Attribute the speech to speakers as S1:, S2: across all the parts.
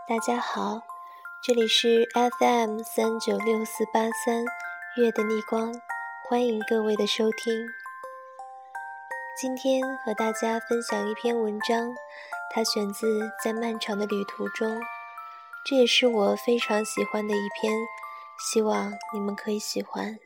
S1: 大家好，这里是 FM396483月的逆光，欢迎各位的收听。今天和大家分享一篇文章，它选自《在漫长的旅途中》，这也是我非常喜欢的一篇，希望你们可以喜欢。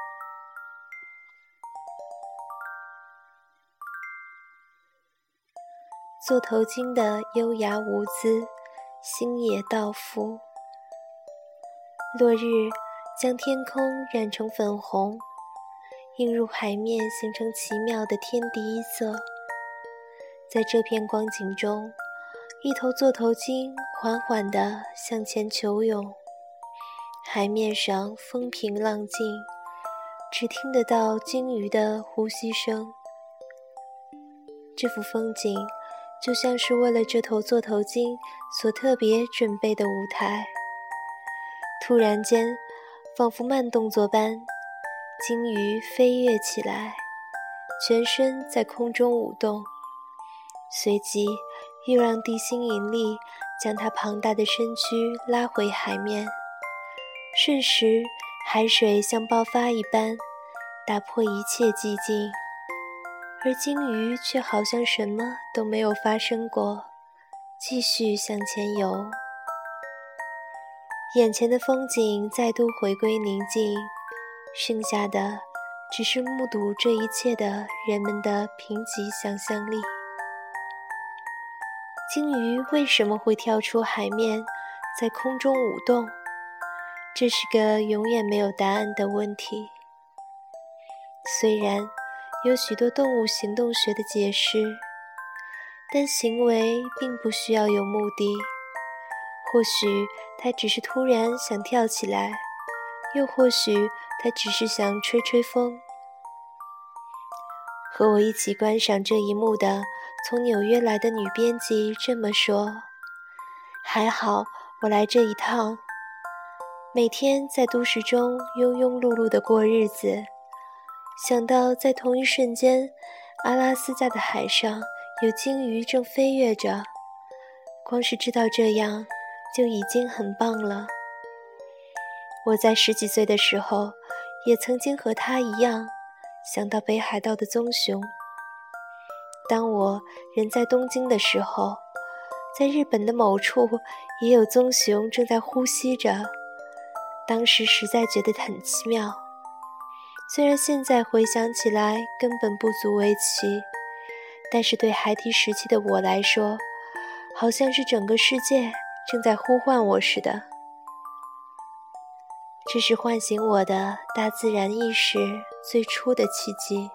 S1: 座头鲸的优雅舞姿，星野道夫。落日将天空染成粉红，映入海面，形成奇妙的天地一色。在这片光景中，一头座头鲸缓缓地向前游泳，海面上风平浪静，只听得到鲸鱼的呼吸声。这幅风景就像是为了这头座头鲸所特别准备的舞台。突然间，仿佛慢动作般，鲸鱼飞跃起来，全身在空中舞动，随即又让地心引力将它庞大的身躯拉回海面。瞬时，海水像爆发一般，打破一切寂静，而鲸鱼却好像什么都没有发生过，继续向前游。眼前的风景再度回归宁静，剩下的只是目睹这一切的人们的贫瘠想象力。鲸鱼为什么会跳出海面，在空中舞动？这是个永远没有答案的问题。虽然有许多动物行动学的解释，但行为并不需要有目的。或许它只是突然想跳起来，又或许它只是想吹吹风。和我一起观赏这一幕的从纽约来的女编辑这么说：还好我来这一趟，每天在都市中庸庸碌碌地过日子，想到在同一瞬间，阿拉斯加的海上有鲸鱼正飞跃着，光是知道这样就已经很棒了。我在10几岁的时候，也曾经和他一样想到北海道的棕熊。当我人在东京的时候，在日本的某处也有棕熊正在呼吸着，当时实在觉得很奇妙。虽然现在回想起来根本不足为奇，但是对孩提时期的我来说，好像是整个世界正在呼唤我似的。这是唤醒我的大自然意识最初的契机。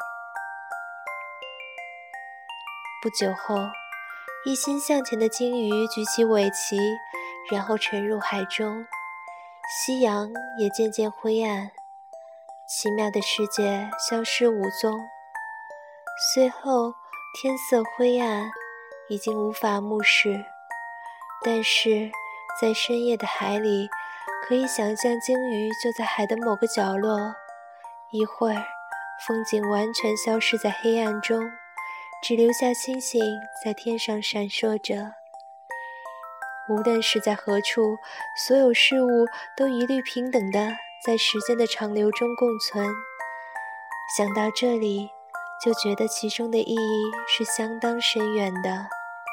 S1: 不久后，一心向前的鲸鱼举起尾鳍，然后沉入海中，夕阳也渐渐灰暗，奇妙的世界消失无踪。随后天色灰暗，已经无法目视，但是在深夜的海里，可以想象鲸鱼就在海的某个角落。一会儿，风景完全消失在黑暗中，只留下星星在天上闪烁着。无论是在何处，所有事物都一律平等地在时间的长流中共存。想到这里，就觉得其中的意义是相当深远的。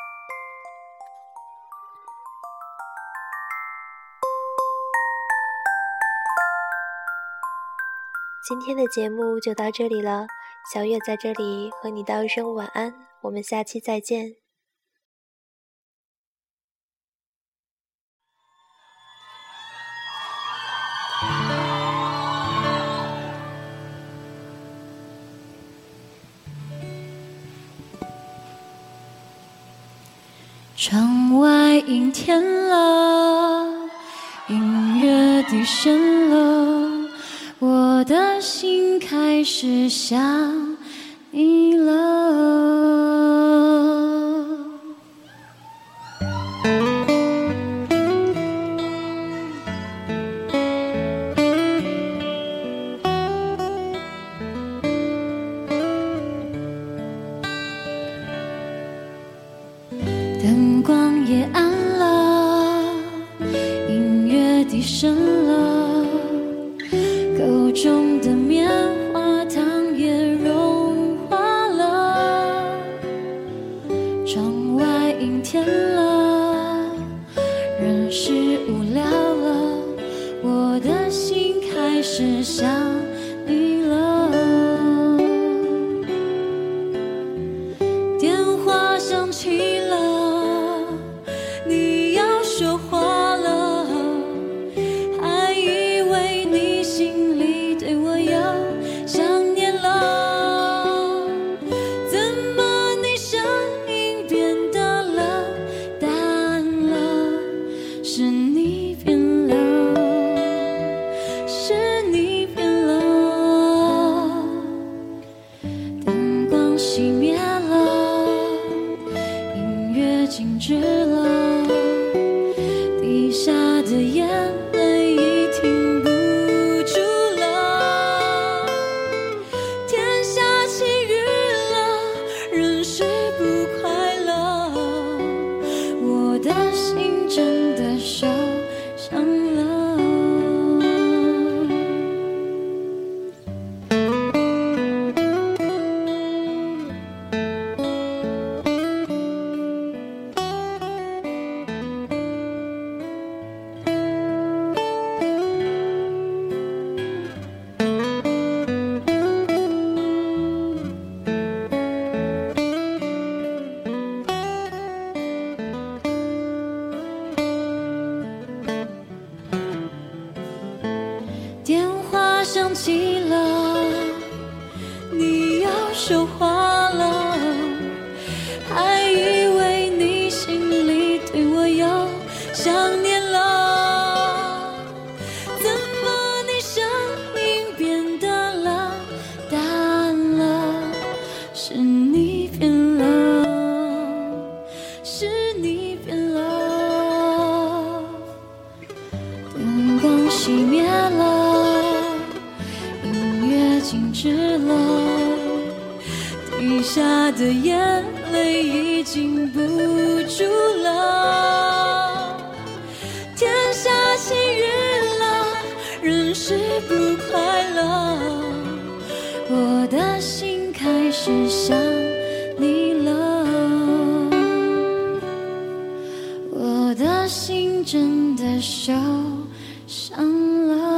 S1: 今天的节目就到这里了，小月在这里和你道一声晚安，我们下期再见。
S2: 窗外阴天了，音乐低声了，我的心开始想你了。灯光也暗了， 低声了，口中的棉花糖也融化了，窗外阴天了，人是无聊了，我的心开始想你了。电话响起了，你要说话了，还以为你心里对我有想念了，怎么你声音变得冷淡了？是你变了，是你变了。灯光熄灭了，音乐静止了，滴下的眼泪已停不住了。天下起雨了，人是不快乐，我的心真的受伤了。电话响起了，你要说话了，还以为你心里对我有想念了，怎么你声音变得冷淡了？是你变了，是你变了。灯光熄灭了，音乐静止了，滴下的眼泪已经不住了。天下起雨了，人是不快乐，我的心开始想你了，我的心真的受伤了。